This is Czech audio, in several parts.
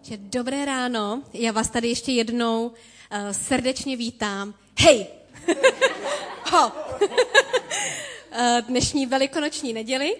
Dobré ráno, já vás tady ještě jednou srdečně vítám. Hej! Ho! Dnešní velikonoční neděli.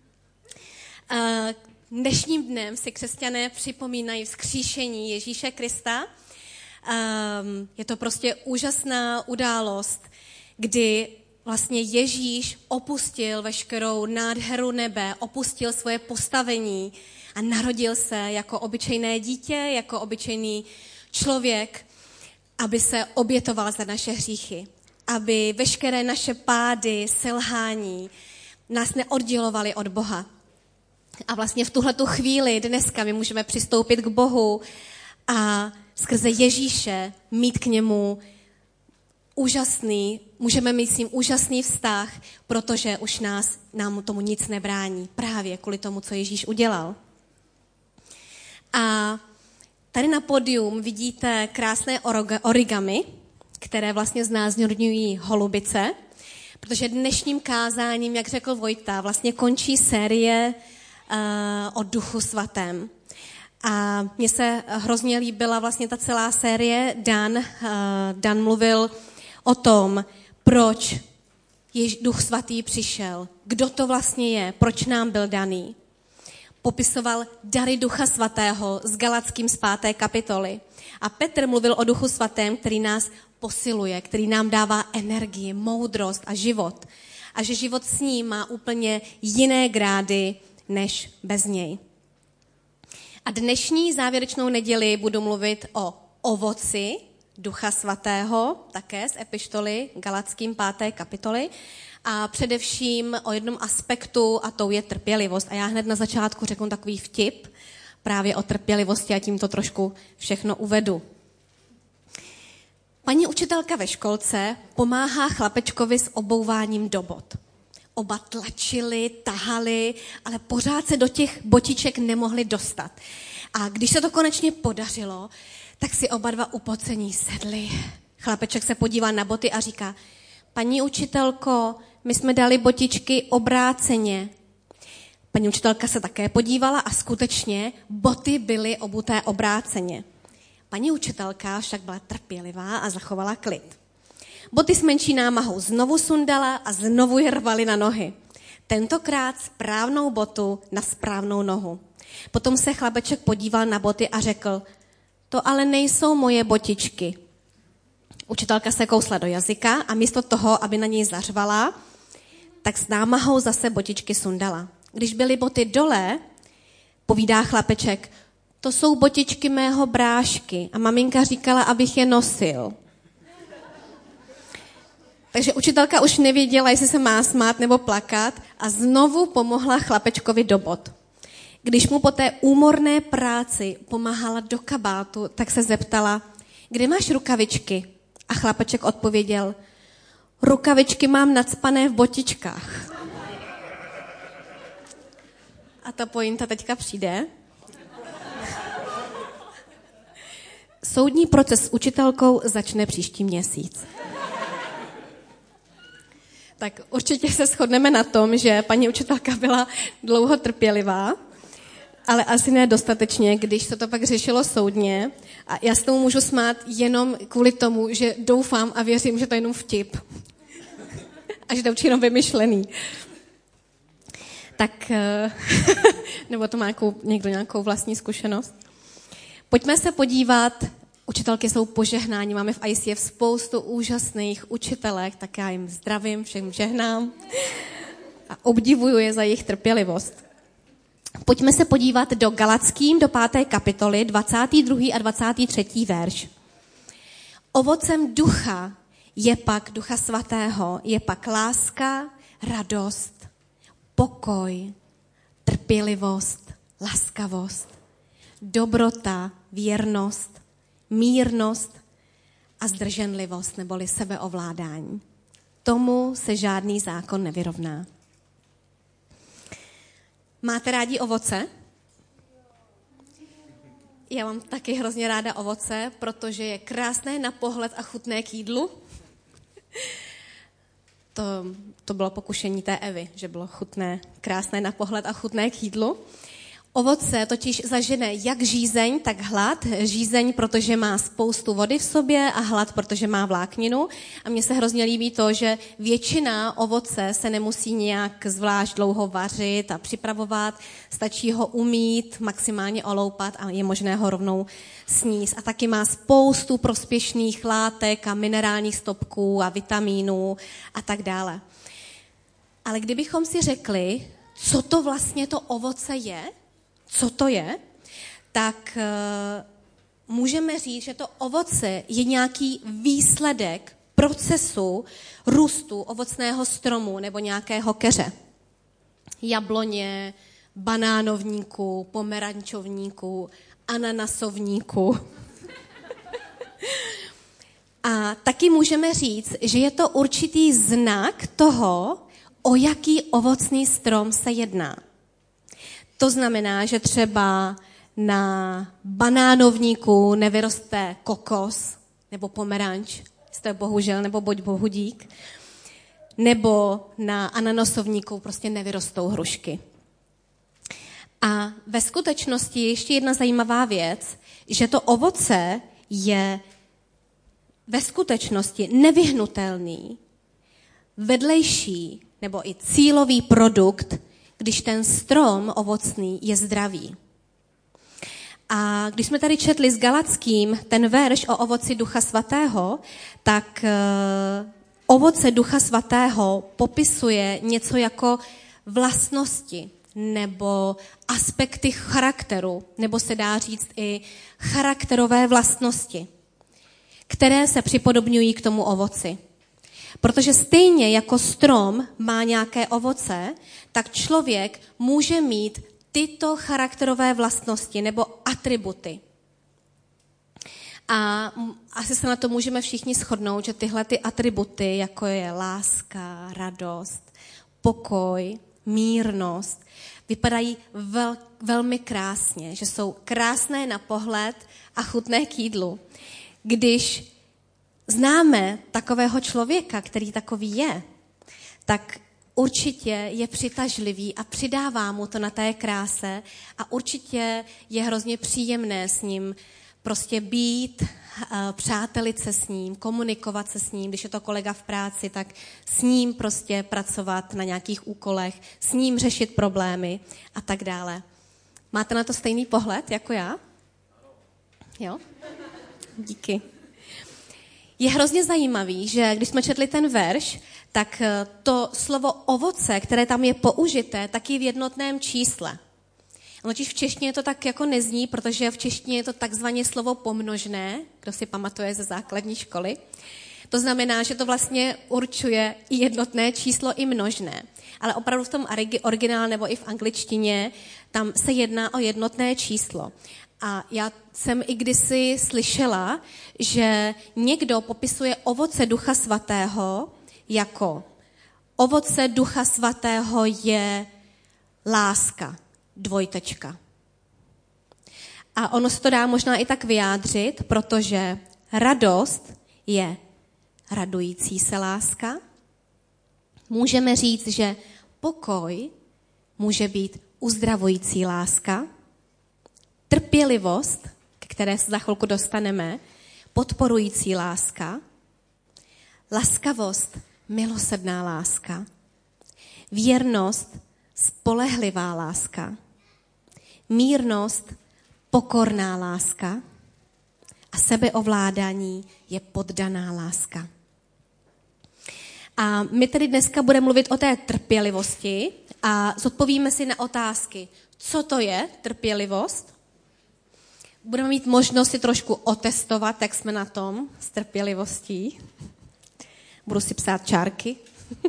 Dnešním dnem si křesťané připomínají vzkříšení Ježíše Krista. Je to prostě úžasná událost, kdy vlastně Ježíš opustil veškerou nádheru nebe, opustil svoje postavení a narodil se jako obyčejné dítě, jako obyčejný člověk, aby se obětoval za naše hříchy, aby veškeré naše pády, selhání nás neoddělovaly od Boha. A vlastně v tuhletu chvíli dneska my můžeme přistoupit k Bohu a skrze Ježíše mít k němu můžeme mít s ním úžasný vztah, protože už nám tomu nic nebrání, právě kvůli tomu, co Ježíš udělal. A tady na pódium vidíte krásné origami, které vlastně znázorňují holubice, protože dnešním kázáním, jak řekl Vojta, vlastně končí série o Duchu svatém. A mně se hrozně líbila vlastně ta celá série. Dan mluvil o tom, proč Duch svatý přišel, kdo to vlastně je, proč nám byl daný. Popisoval dary Ducha svatého s Galackým z 5. kapitoly. A Petr mluvil o Duchu svatém, který nás posiluje, který nám dává energii, moudrost a život. A že život s ním má úplně jiné grády, než bez něj. A dnešní závěrečnou neděli budu mluvit o ovoci Ducha svatého, také z epištoly Galackým 5. kapitoly, a především o jednom aspektu, a to je trpělivost. A já hned na začátku řeknu takový vtip právě o trpělivosti a tím to trošku všechno uvedu. Paní učitelka ve školce pomáhá chlapečkovi s obouváním do bot. Oba tlačili, tahali, ale pořád se do těch botiček nemohli dostat. A když se to konečně podařilo, tak si oba dva upocení sedli. Chlapeček se podívá na boty a říká: paní učitelko, my jsme dali botičky obráceně. Paní učitelka se také podívala a skutečně boty byly obuté obráceně. Paní učitelka však byla trpělivá a zachovala klid. Boty s menší námahou znovu sundala a znovu je rvali na nohy. Tentokrát správnou botu na správnou nohu. Potom se chlapeček podíval na boty a řekl: to ale nejsou moje botičky. Učitelka se kousla do jazyka a místo toho, aby na něj zařvala, tak s námahou zase botičky sundala. Když byly boty dole, povídá chlapeček: to jsou botičky mého brášky a maminka říkala, abych je nosil. Takže učitelka už nevěděla, jestli se má smát nebo plakat a znovu pomohla chlapečkovi do bot. Když mu po té úmorné práci pomáhala do kabátu, tak se zeptala: kde máš rukavičky? A chlapeček odpověděl: rukavičky mám nacpané v botičkách. A ta pointa teďka přijde. Soudní proces s učitelkou začne příští měsíc. Tak určitě se shodneme na tom, že paní učitelka byla dlouho trpělivá, ale asi ne dostatečně, když se to pak řešilo soudně. A já se tomu můžu smát jenom kvůli tomu, že doufám a věřím, že to je jenom vtip. A že to je určitě jenom vymyšlený. Tak, nebo to má někdo nějakou vlastní zkušenost. Pojďme se podívat. Učitelky jsou požehnání. Máme v ICF spoustu úžasných učitelek, tak já jim zdravím, všem žehnám a obdivuju je za jejich trpělivost. Pojďme se podívat do Galackým, do 5. kapitoly, 22. a 23. verš. Ovocem ducha je pak Ducha svatého, je pak láska, radost, pokoj, trpělivost, laskavost, dobrota, věrnost, mírnost a zdrženlivost, neboli sebeovládání. Tomu se žádný zákon nevyrovná. Máte rádi ovoce? Já mám taky hrozně ráda ovoce, protože je krásné na pohled a chutné k jídlu. To bylo pokušení té Evy, že bylo chutné, krásné na pohled a chutné k jídlu. Ovoce totiž zažene jak žízeň, tak hlad. Žízeň, protože má spoustu vody v sobě a hlad, protože má vlákninu. A mně se hrozně líbí to, že většina ovoce se nemusí nějak zvlášť dlouho vařit a připravovat. Stačí ho umýt, maximálně oloupat a je možné ho rovnou sníst. A taky má spoustu prospěšných látek a minerálních stopků a vitamínů a tak dále. Ale kdybychom si řekli, co to vlastně to ovoce je, co to je, tak můžeme říct, že to ovoce je nějaký výsledek procesu růstu ovocného stromu nebo nějakého keře. Jabloně, banánovníku, pomerančovníku, ananasovníku. A taky můžeme říct, že je to určitý znak toho, o jaký ovocný strom se jedná. To znamená, že třeba na banánovníku nevyroste kokos nebo pomeranč, jste bohužel, nebo buď bohu dík, nebo na ananasovníku prostě nevyrostou hrušky. A ve skutečnosti ještě jedna zajímavá věc, že to ovoce je ve skutečnosti nevyhnutelný, vedlejší nebo i cílový produkt, když ten strom ovocný je zdravý. A když jsme tady četli s Galackým ten verš o ovoci Ducha Svatého, tak ovoce Ducha Svatého popisuje něco jako vlastnosti nebo aspekty charakteru, nebo se dá říct i charakterové vlastnosti, které se připodobňují k tomu ovoci. Protože stejně jako strom má nějaké ovoce, tak člověk může mít tyto charakterové vlastnosti nebo atributy. A asi se na to můžeme všichni shodnout, že tyhle ty atributy, jako je láska, radost, pokoj, mírnost, vypadají velmi krásně, že jsou krásné na pohled a chutné k jídlu. Když známe takového člověka, který takový je, tak určitě je přitažlivý a přidává mu to na té kráse a určitě je hrozně příjemné s ním prostě být, přátelit se s ním, komunikovat se s ním, když je to kolega v práci, tak s ním prostě pracovat na nějakých úkolech, s ním řešit problémy a tak dále. Máte na to stejný pohled jako já? Jo? Díky. Je hrozně zajímavý, že když jsme četli ten verš, tak to slovo ovoce, které tam je použité, tak je v jednotném čísle. Totiž v češtině to tak jako nezní, protože v češtině je to takzvané slovo pomnožné, kdo si pamatuje ze základní školy. To znamená, že to vlastně určuje i jednotné číslo, i množné. Ale opravdu v tom originálu nebo i v angličtině tam se jedná o jednotné číslo. A já jsem i kdysi slyšela, že někdo popisuje ovoce Ducha Svatého jako ovoce Ducha Svatého je láska, dvojtečka. A ono se to dá možná i tak vyjádřit, protože radost je radující se láska. Můžeme říct, že pokoj může být uzdravující láska. Trpělivost, ke které se za chvilku dostaneme, podporující láska. Laskavost, milosrdná láska. Věrnost, spolehlivá láska. Mírnost, pokorná láska. A sebeovládání je poddaná láska. A my tedy dneska budeme mluvit o té trpělivosti a zodpovíme si na otázky, co to je trpělivost. Budeme mít možnost si trošku otestovat, jak jsme na tom s trpělivostí. Budu si psát čárky.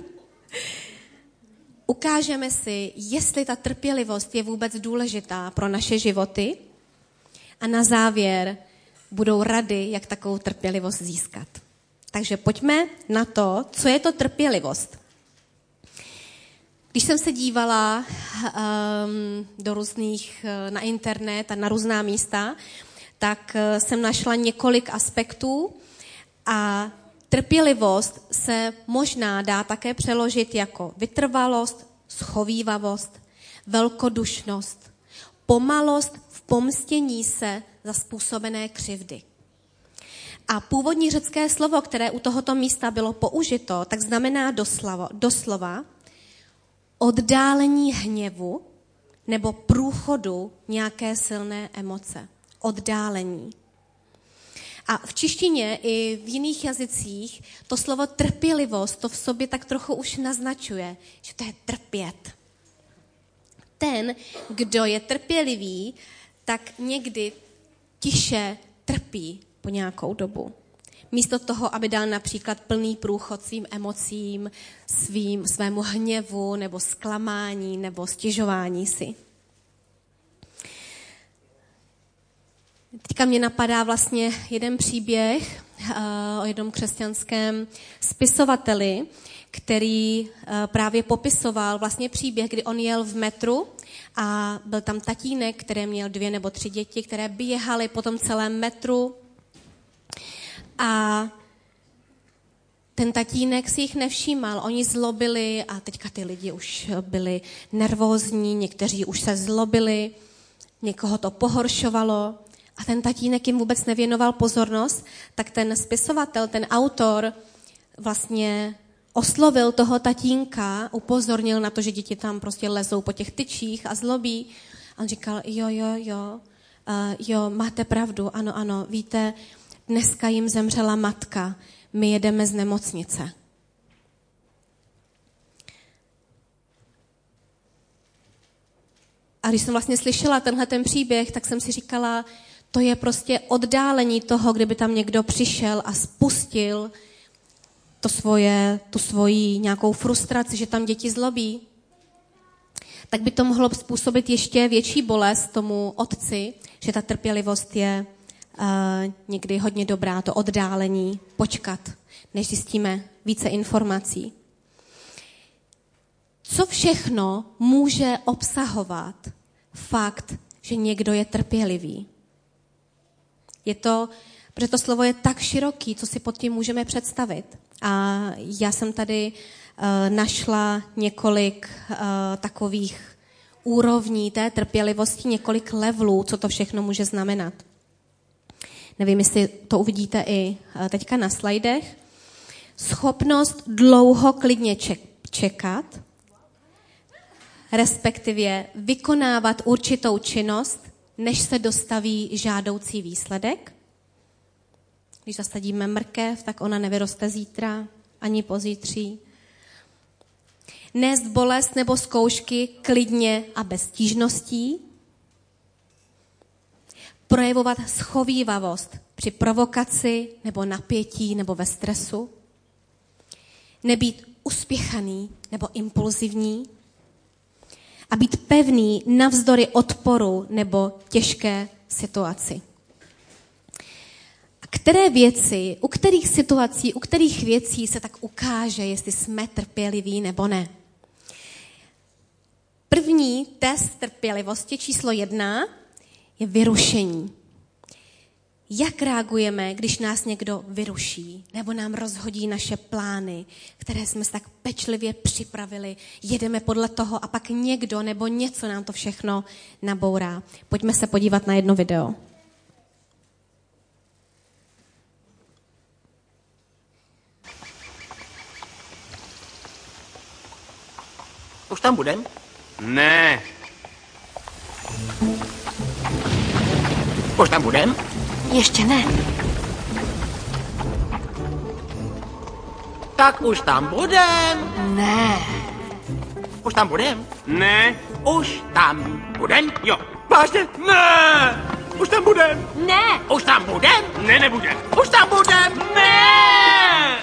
Ukážeme si, jestli ta trpělivost je vůbec důležitá pro naše životy. A na závěr budou rady, jak takovou trpělivost získat. Takže pojďme na to, co je to trpělivost. Když jsem se dívala do různých, na internet a na různá místa, tak jsem našla několik aspektů a trpělivost se možná dá také přeložit jako vytrvalost, schovívavost, velkodušnost, pomalost v pomstění se za způsobené křivdy. A původní řecké slovo, které u tohoto místa bylo použito, tak znamená doslova oddálení hněvu nebo průchodu nějaké silné emoce. Oddálení. A v češtině i v jiných jazycích to slovo trpělivost to v sobě tak trochu už naznačuje, že to je trpět. Ten, kdo je trpělivý, tak někdy tiše trpí po nějakou dobu. Místo toho, aby dal například plný průchod svým emocím, svému hněvu nebo zklamání nebo stěžování si. Teďka mě napadá vlastně jeden příběh o jednom křesťanském spisovateli, který právě popisoval vlastně příběh, kdy on jel v metru a byl tam tatínek, který měl 2 nebo 3 děti, které běhaly po tom celém metru a ten tatínek si jich nevšímal, oni zlobili a teďka ty lidi už byli nervózní, někteří už se zlobili, někoho to pohoršovalo a ten tatínek jim vůbec nevěnoval pozornost, tak ten spisovatel, ten autor vlastně oslovil toho tatínka, upozornil na to, že děti tam prostě lezou po těch tyčích a zlobí. A on říkal, jo, máte pravdu, ano, víte, dneska jim zemřela matka, my jedeme z nemocnice. A když jsem vlastně slyšela tenhle ten příběh, tak jsem si říkala, to je prostě oddálení toho, kdyby tam někdo přišel a spustil tu svoji nějakou frustraci, že tam děti zlobí, tak by to mohlo způsobit ještě větší bolest tomu otci, že ta trpělivost je někdy hodně dobrá, to oddálení, počkat, než zjistíme více informací. Co všechno může obsahovat fakt, že někdo je trpělivý? Protože to slovo je tak široký, co si pod tím můžeme představit. A já jsem tady našla několik takových úrovní té trpělivosti, několik levelů, co to všechno může znamenat. Nevím, jestli to uvidíte i teďka na slajdech. Schopnost dlouho klidně čekat, respektive vykonávat určitou činnost, než se dostaví žádoucí výsledek. Když zasadíme mrkev, tak ona nevyroste zítra, ani pozítří. Nést bolest nebo zkoušky klidně a bez stížností. Projevovat schovívavost při provokaci nebo napětí nebo ve stresu. Nebýt uspěchaný nebo impulzivní. A být pevný navzdory odporu nebo těžké situaci. A které věci, u kterých situací, u kterých věcí se tak ukáže, jestli jsme trpěliví nebo ne. První test trpělivosti číslo 1 je vyrušení. Jak reagujeme, když nás někdo vyruší nebo nám rozhodí naše plány, které jsme se tak pečlivě připravili, jedeme podle toho a pak někdo nebo něco nám to všechno nabourá. Pojďme se podívat na jedno video. Už tam budem? Ne. Už tam budem? Ještě ne. Tak už tam budem. Ne. Už tam budem? Ne. Už tam budem? Jo. Vážně? Ne. Už tam budem? Ne. Už tam budem? Ne, nebude. Už tam budem? Ne.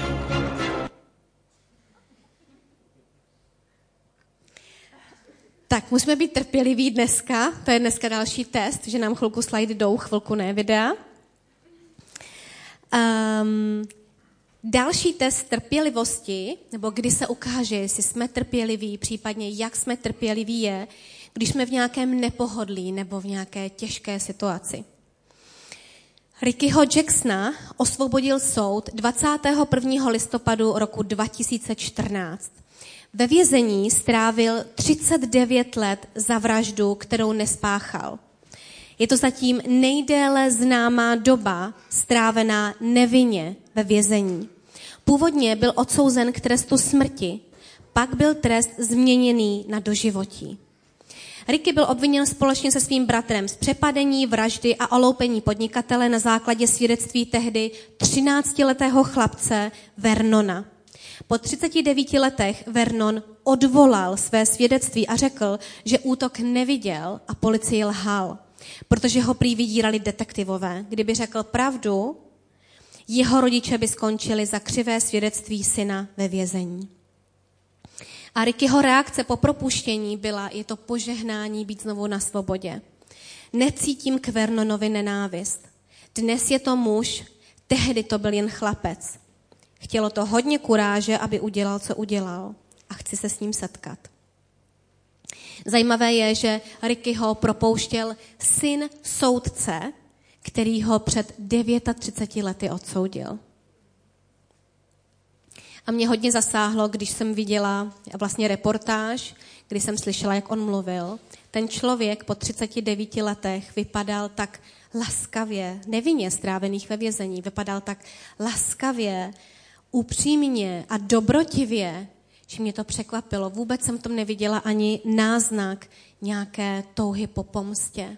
Tak, musíme být trpěliví dneska. To je dneska další test, že nám chvilku slajdy jdou, chvilku ne videa. Další test trpělivosti, nebo kdy se ukáže, jestli jsme trpěliví, případně jak jsme trpěliví je, když jsme v nějakém nepohodlí nebo v nějaké těžké situaci. Rickyho Jacksona osvobodil soud 21. listopadu roku 2014. Ve vězení strávil 39 let za vraždu, kterou nespáchal. Je to zatím nejdéle známá doba strávená nevinně ve vězení. Původně byl odsouzen k trestu smrti, pak byl trest změněný na doživotí. Ricky byl obviněn společně se svým bratrem z přepadení, vraždy a oloupení podnikatele na základě svědectví tehdy 13letého chlapce Vernona. Po 39 letech Vernon odvolal své svědectví a řekl, že útok neviděl a policii lhal, protože ho prý vydírali detektivové. Kdyby řekl pravdu, jeho rodiče by skončili za křivé svědectví syna ve vězení. A Rickyho reakce po propuštění byla, je to požehnání být znovu na svobodě. Necítím k Vernonovi nenávist. Dnes je to muž, tehdy to byl jen chlapec. Chtělo to hodně kuráže, aby udělal, co udělal. A chci se s ním setkat. Zajímavé je, že Rickyho propouštěl syn soudce, který ho před 39 lety odsoudil. A mě hodně zasáhlo, když jsem viděla vlastně reportáž, kdy jsem slyšela, jak on mluvil. Ten člověk po 39 letech vypadal tak laskavě, nevinně strávených ve vězení, vypadal tak laskavě, upřímně a dobrotivě, že mě to překvapilo. Vůbec jsem v tom neviděla ani náznak nějaké touhy po pomstě.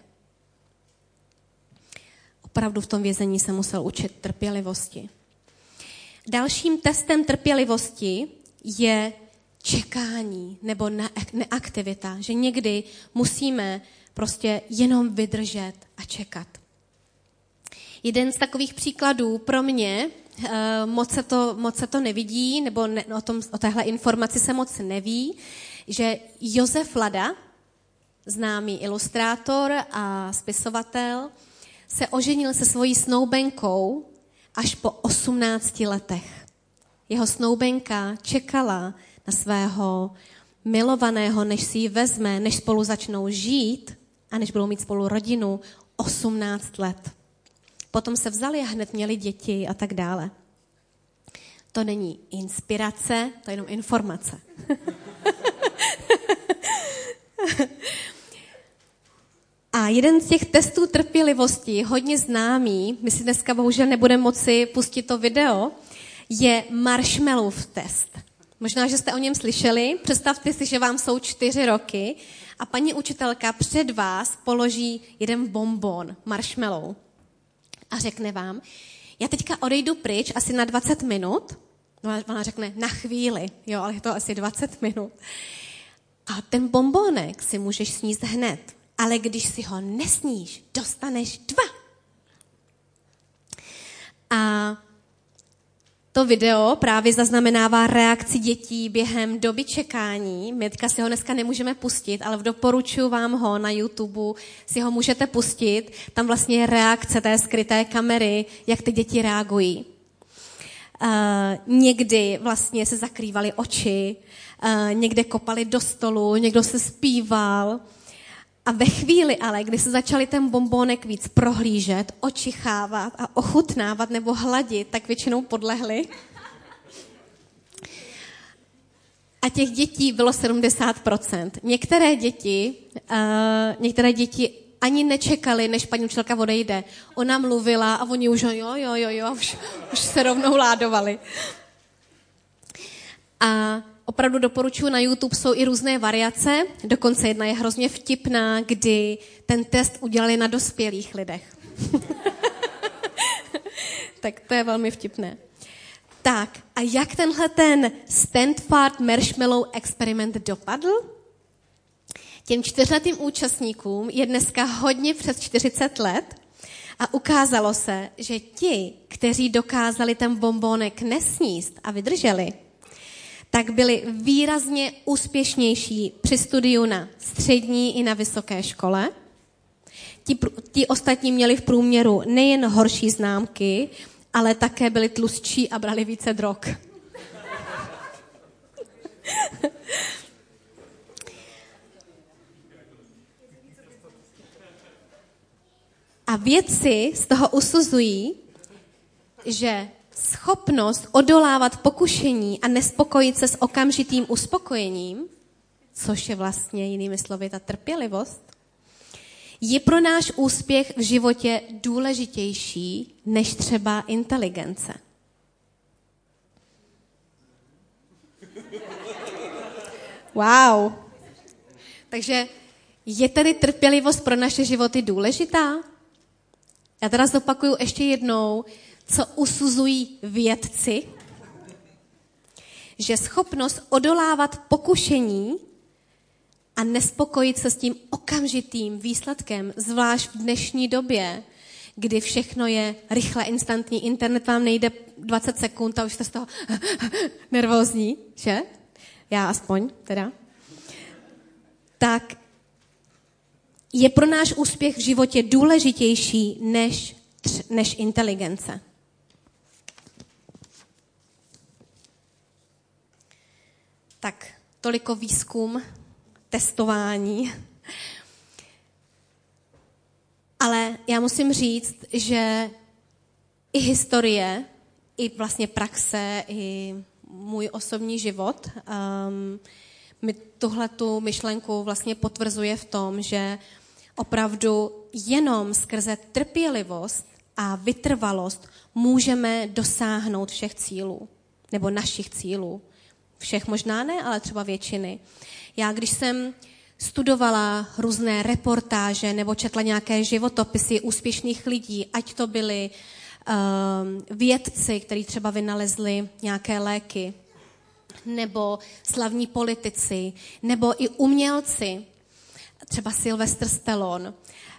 Opravdu v tom vězení se musel učit trpělivosti. Dalším testem trpělivosti je čekání nebo neaktivita, že někdy musíme prostě jenom vydržet a čekat. Jeden z takových příkladů pro mě, moc se to nevidí, nebo o téhle informaci se moc neví, že Josef Lada, známý ilustrátor a spisovatel, se oženil se svojí snoubenkou až po 18 letech. Jeho snoubenka čekala na svého milovaného, než si ji vezme, než spolu začnou žít a než budou mít spolu rodinu, 18 let. Potom se vzali a hned měli děti a tak dále. To není inspirace, to je jenom informace. A jeden z těch testů trpělivosti, hodně známý, my si dneska bohužel nebudeme moci pustit to video, je marshmallow test. Možná, že jste o něm slyšeli. Představte si, že vám jsou 4 roky a paní učitelka před vás položí jeden bonbon, marshmallow. A řekne vám, já teďka odejdu pryč asi na 20 minut. Ona řekne na chvíli, jo, ale je to asi 20 minut. A ten bonbónek si můžeš sníst hned. Ale když si ho nesníš, dostaneš 2. A to video právě zaznamenává reakci dětí během doby čekání. My teďka si ho dneska nemůžeme pustit, ale doporučuji vám ho na YouTube, si ho můžete pustit. Tam vlastně je reakce té skryté kamery, jak ty děti reagují. Někdy vlastně se zakrývaly oči, někde kopali do stolu, někdo se zpíval. A ve chvíli ale, kdy se začali ten bonbónek víc prohlížet, očichávat a ochutnávat nebo hladit, tak většinou podlehli. A těch dětí bylo 70%. Některé děti ani nečekali, než paní učitelka odejde. Ona mluvila a oni už jo, už se rovnou ládovali. A opravdu doporučuji, na YouTube jsou i různé variace, dokonce jedna je hrozně vtipná, kdy ten test udělali na dospělých lidech. Tak to je velmi vtipné. Tak, a jak tenhle ten Stanford Marshmallow experiment dopadl? Těm 4letým účastníkům je dneska hodně přes 40 let a ukázalo se, že ti, kteří dokázali ten bonbónek nesníst a vydrželi, tak byli výrazně úspěšnější při studiu na střední i na vysoké škole. Ti ostatní měli v průměru nejen horší známky, ale také byli tlustší a brali více drog. A vědci z toho usuzují, že schopnost odolávat pokušení a nespokojit se s okamžitým uspokojením, což je vlastně jinými slovy ta trpělivost, je pro náš úspěch v životě důležitější než třeba inteligence. Wow. Takže je tedy trpělivost pro naše životy důležitá? Já teda zopakuju ještě jednou, co usuzují vědci, že schopnost odolávat pokušení a nespokojit se s tím okamžitým výsledkem, zvlášť v dnešní době, kdy všechno je rychle, instantní, internet vám nejde 20 sekund a už jste z toho nervózní, že? Já aspoň teda. Tak je pro náš úspěch v životě důležitější než inteligence. Tak, toliko výzkum, testování. Ale já musím říct, že i historie, i vlastně praxe, i můj osobní život mi tuhletu myšlenku vlastně potvrzuje v tom, že opravdu jenom skrze trpělivost a vytrvalost můžeme dosáhnout všech cílů, nebo našich cílů. Všech možná ne, ale třeba většiny. Já, když jsem studovala různé reportáže nebo četla nějaké životopisy úspěšných lidí, ať to byli vědci, kteří třeba vynalezli nějaké léky, nebo slavní politici, nebo i umělci, třeba Sylvester Stallone,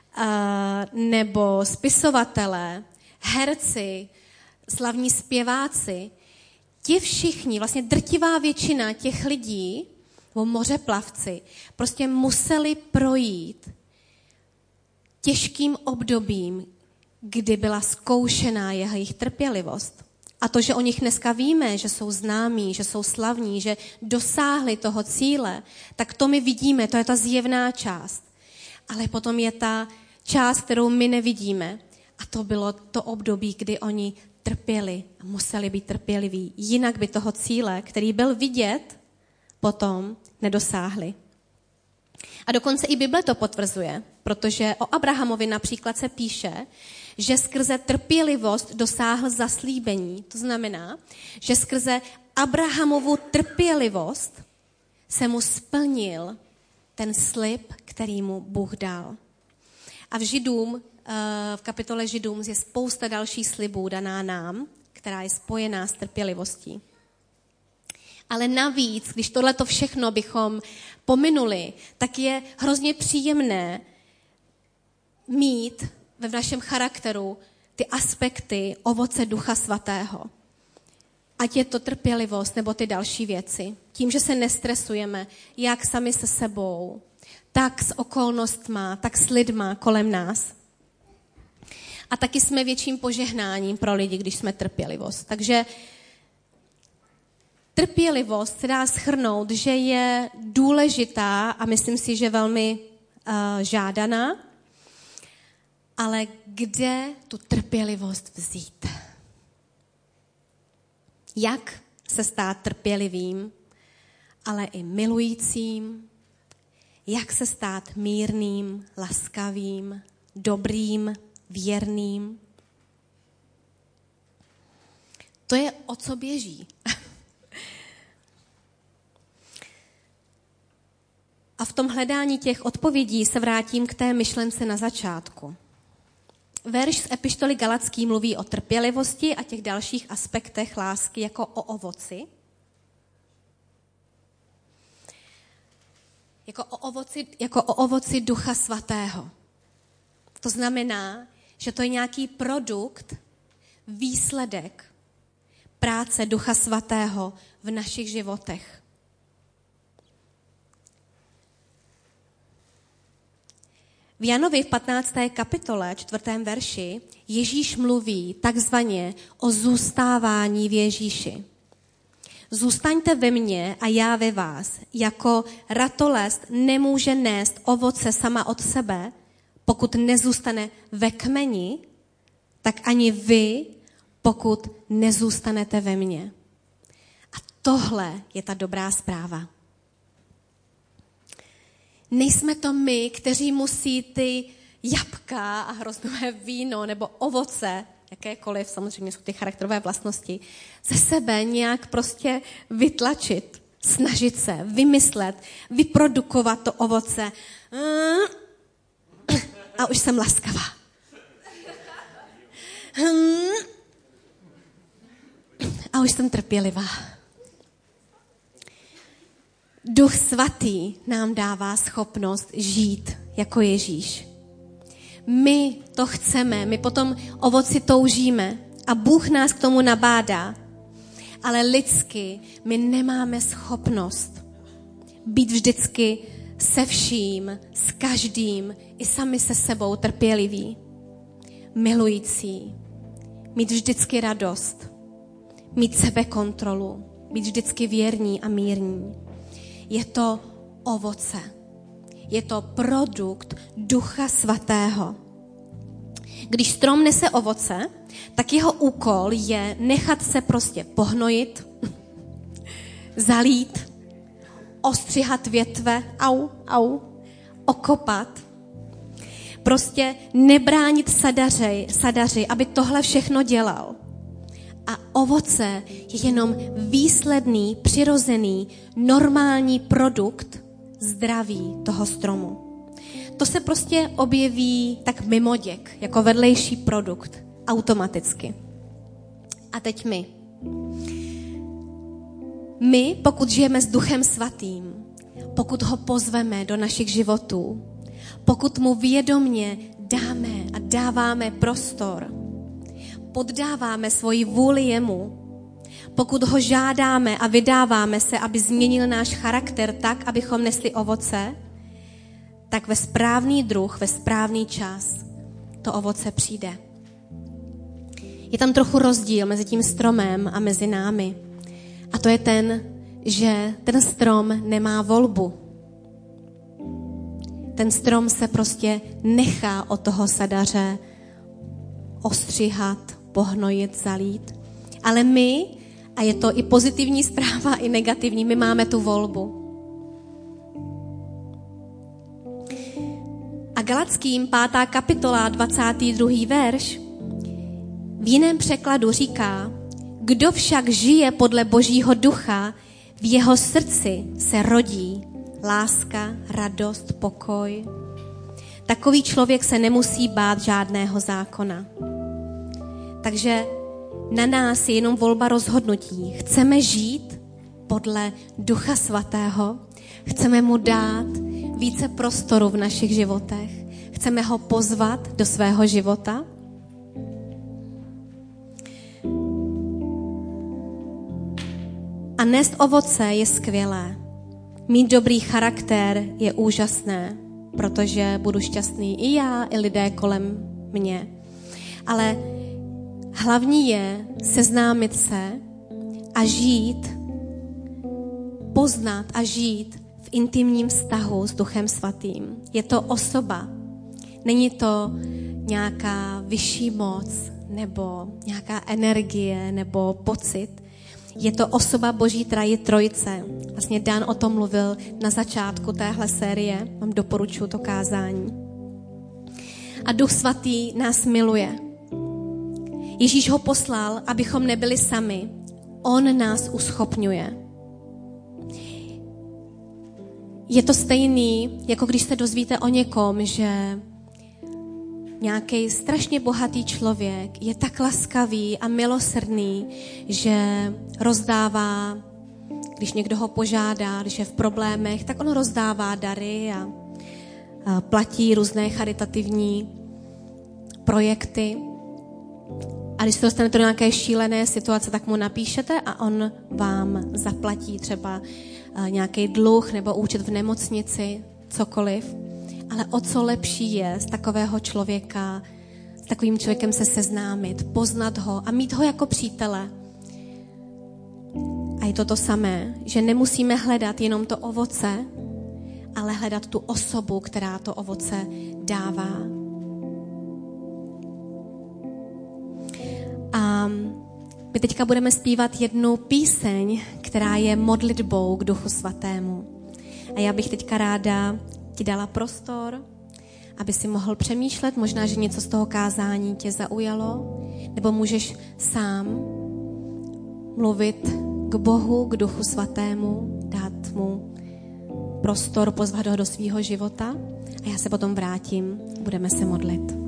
nebo spisovatelé, herci, slavní zpěváci, ti všichni, vlastně drtivá většina těch lidí, nebo mořeplavci, prostě museli projít těžkým obdobím, kdy byla zkoušená jejich trpělivost. A to, že o nich dneska víme, že jsou známí, že jsou slavní, že dosáhli toho cíle, tak to my vidíme, to je ta zjevná část. Ale potom je ta část, kterou my nevidíme. A to bylo to období, kdy oni trpěli a museli být trpěliví. Jinak by toho cíle, který byl vidět, potom nedosáhli. A dokonce i Bible to potvrzuje, protože o Abrahamovi například se píše, že skrze trpělivost dosáhl zaslíbení. To znamená, že skrze Abrahamovu trpělivost se mu splnil ten slib, který mu Bůh dal. A v Židům, v kapitole Židům je spousta dalších slibů daná nám, která je spojená s trpělivostí. Ale navíc, když tohleto všechno bychom pominuli, tak je hrozně příjemné mít v našem charakteru ty aspekty ovoce Ducha Svatého. Ať je to trpělivost nebo ty další věci. Tím, že se nestresujeme, jak sami se sebou, tak s okolnostma, tak s lidma kolem nás. A taky jsme větším požehnáním pro lidi, když jsme trpělivost. Takže trpělivost se dá shrnout, že je důležitá a myslím si, že velmi žádaná, ale kde tu trpělivost vzít? Jak se stát trpělivým, ale i milujícím? Jak se stát mírným, laskavým, dobrým, věrným? To je, o co běží. A v tom hledání těch odpovědí se vrátím k té myšlence na začátku. Verš z epištoly Galatský mluví o trpělivosti a těch dalších aspektech lásky jako o ovoci. Jako o ovoci Ducha Svatého. To znamená, že to je nějaký produkt, výsledek práce Ducha Svatého v našich životech. V Janovi v 15. kapitole, 4. verši, Ježíš mluví takzvaně o zůstávání v Ježíši. Zůstaňte ve mně a já ve vás. Jako ratolest nemůže nést ovoce sama od sebe, pokud nezůstane ve kmeni, tak ani vy, pokud nezůstanete ve mně. A tohle je ta dobrá zpráva. Nejsme to my, kteří musí ty jabka a hroznové víno nebo ovoce, jakékoliv, samozřejmě jsou ty charakterové vlastnosti, ze sebe nějak prostě vytlačit, snažit se, vymyslet, vyprodukovat to ovoce. A už jsem laskavá. A už jsem trpělivá. Duch svatý nám dává schopnost žít jako Ježíš. My to chceme, my potom ovoci toužíme a Bůh nás k tomu nabádá. Ale lidsky my nemáme schopnost být vždycky se vším, s každým, i sami se sebou trpěliví, milující, mít vždycky radost, mít sebekontrolu, být vždycky věrní a mírní. Je to ovoce. Je to produkt Ducha Svatého. Když strom nese ovoce, tak jeho úkol je nechat se prostě pohnojit, zalít, ostřihat větve, okopat. Prostě nebránit sadaři, aby tohle všechno dělal. A ovoce je jenom výsledný, přirozený, normální produkt zdraví toho stromu. To se prostě objeví tak mimoděk, jako vedlejší produkt, automaticky. A teď my. My, pokud žijeme s Duchem Svatým, pokud ho pozveme do našich životů, pokud mu vědomně dáme a dáváme prostor, poddáváme svoji vůli jemu, pokud ho žádáme a vydáváme se, aby změnil náš charakter tak, abychom nesli ovoce, tak ve správný druh, ve správný čas to ovoce přijde. Je tam trochu rozdíl mezi tím stromem a mezi námi. A to je ten, že ten strom nemá volbu. Ten strom se prostě nechá od toho sadaře ostřihat, pohnojit, zalít. Ale my, a je to i pozitivní zpráva, i negativní, my máme tu volbu. A Galackým 5. kapitola 22. verš v jiném překladu říká, kdo však žije podle Božího ducha, v jeho srdci se rodí láska, radost, pokoj. Takový člověk se nemusí bát žádného zákona. Takže na nás je jenom volba rozhodnutí. Chceme žít podle Ducha Svatého, chceme mu dát více prostoru v našich životech, chceme ho pozvat do svého života. A nést ovoce je skvělé. Mít dobrý charakter je úžasné, protože budu šťastný i já, i lidé kolem mě. Ale hlavní je seznámit se a žít, poznat a žít v intimním vztahu s Duchem Svatým. Je to osoba. Není to nějaká vyšší moc, nebo nějaká energie, nebo pocit. Je to osoba Boží trojice. Vlastně Dan o tom mluvil na začátku téhle série. Vám doporučuji to kázání. A Duch Svatý nás miluje. Ježíš ho poslal, abychom nebyli sami. On nás uschopňuje. Je to stejný, jako když se dozvíte o někom, že nějaký strašně bohatý člověk je tak laskavý a milosrdný, že rozdává, když někdo ho požádá, když je v problémech, tak on rozdává dary a platí různé charitativní projekty. A když se dostanete do nějaké šílené situace, tak mu napíšete a on vám zaplatí třeba nějaký dluh nebo účet v nemocnici, cokoliv. Ale o co lepší je z takového člověka, s takovým člověkem se seznámit, poznat ho a mít ho jako přítele. A je to to samé, že nemusíme hledat jenom to ovoce, ale hledat tu osobu, která to ovoce dává. A my teďka budeme zpívat jednu píseň, která je modlitbou k Duchu Svatému. A já bych teďka ráda ti dala prostor, aby si mohl přemýšlet, možná, že něco z toho kázání tě zaujalo, nebo můžeš sám mluvit k Bohu, k Duchu Svatému, dát mu prostor, pozvat ho do svýho života a já se potom vrátím, budeme se modlit.